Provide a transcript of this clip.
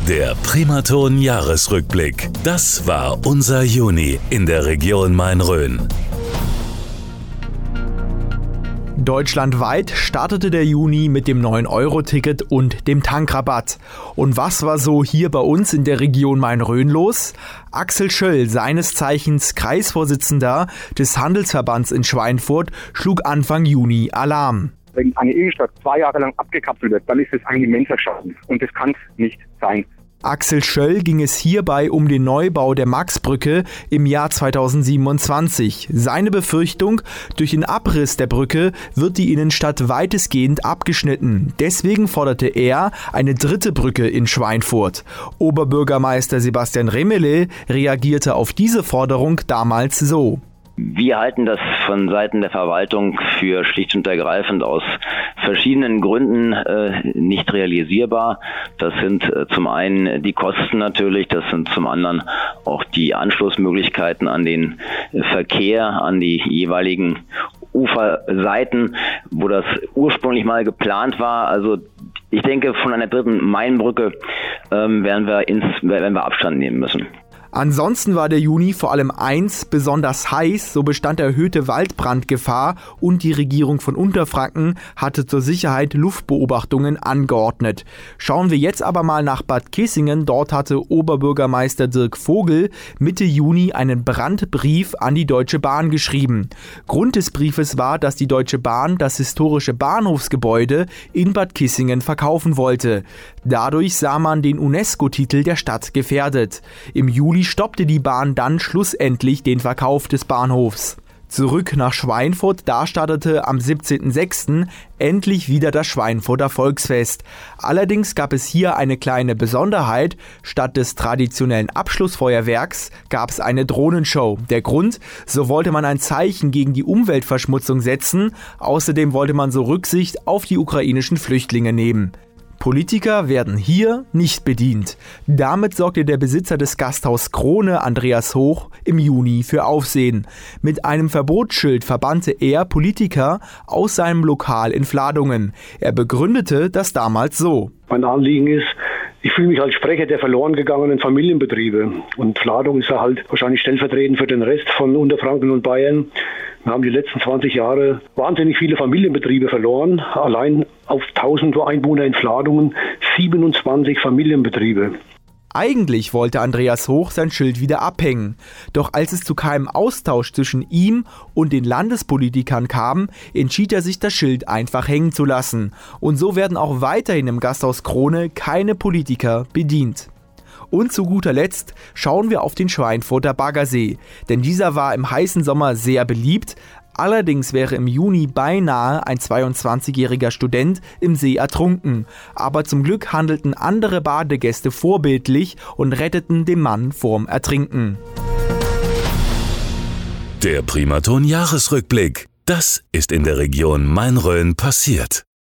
Der Primaton-Jahresrückblick. Das war unser Juni in der Region Main-Rhön. Deutschlandweit startete der Juni mit dem 9-Euro-Ticket und dem Tankrabatt. Und was war so hier bei uns in der Region Main-Rhön los? Axel Schöll, seines Zeichens Kreisvorsitzender des Handelsverbands in Schweinfurt, schlug Anfang Juni Alarm. Wenn eine Innenstadt 2 Jahre lang abgekapselt wird, dann ist es ein immenser Schaden. Und das kann es nicht sein. Axel Schöll ging es hierbei um den Neubau der Maxbrücke im Jahr 2027. Seine Befürchtung, durch den Abriss der Brücke wird die Innenstadt weitestgehend abgeschnitten. Deswegen forderte er eine dritte Brücke in Schweinfurt. Oberbürgermeister Sebastian Remele reagierte auf diese Forderung damals so. Wir halten das von Seiten der Verwaltung für schlicht und ergreifend aus verschiedenen Gründen nicht realisierbar. Das sind zum einen die Kosten natürlich, das sind zum anderen auch die Anschlussmöglichkeiten an den Verkehr, an die jeweiligen Uferseiten, wo das ursprünglich mal geplant war. Also ich denke, von einer dritten Mainbrücke werden wir Abstand nehmen müssen. Ansonsten war der Juni vor allem eins besonders heiß, so bestand erhöhte Waldbrandgefahr und die Regierung von Unterfranken hatte zur Sicherheit Luftbeobachtungen angeordnet. Schauen wir jetzt aber mal nach Bad Kissingen. Dort hatte Oberbürgermeister Dirk Vogel Mitte Juni einen Brandbrief an die Deutsche Bahn geschrieben. Grund des Briefes war, dass die Deutsche Bahn das historische Bahnhofsgebäude in Bad Kissingen verkaufen wollte. Dadurch sah man den UNESCO-Titel der Stadt gefährdet. Im Juli stoppte die Bahn dann schlussendlich den Verkauf des Bahnhofs. Zurück nach Schweinfurt, da startete am 17.06. endlich wieder das Schweinfurter Volksfest. Allerdings gab es hier eine kleine Besonderheit. Statt des traditionellen Abschlussfeuerwerks gab es eine Drohnenshow. Der Grund? So wollte man ein Zeichen gegen die Umweltverschmutzung setzen. Außerdem wollte man so Rücksicht auf die ukrainischen Flüchtlinge nehmen. Politiker werden hier nicht bedient. Damit sorgte der Besitzer des Gasthaus Krone, Andreas Hoch, im Juni für Aufsehen. Mit einem Verbotsschild verbannte er Politiker aus seinem Lokal in Vladungen. Er begründete das damals so. Mein Anliegen ist, ich fühle mich als Sprecher der verloren gegangenen Familienbetriebe. Und Vladungen ist ja halt wahrscheinlich stellvertretend für den Rest von Unterfranken und Bayern. Wir haben die letzten 20 Jahre wahnsinnig viele Familienbetriebe verloren. Allein auf 1000 Einwohner in Vladungen 27 Familienbetriebe. Eigentlich wollte Andreas Hoch sein Schild wieder abhängen. Doch als es zu keinem Austausch zwischen ihm und den Landespolitikern kam, entschied er sich, das Schild einfach hängen zu lassen. Und so werden auch weiterhin im Gasthaus Krone keine Politiker bedient. Und zu guter Letzt schauen wir auf den Schweinfurter Baggersee. Denn dieser war im heißen Sommer sehr beliebt. Allerdings wäre im Juni beinahe ein 22-jähriger Student im See ertrunken. Aber zum Glück handelten andere Badegäste vorbildlich und retteten den Mann vorm Ertrinken. Der Primaton-Jahresrückblick. Das ist in der Region Main-Rhön passiert.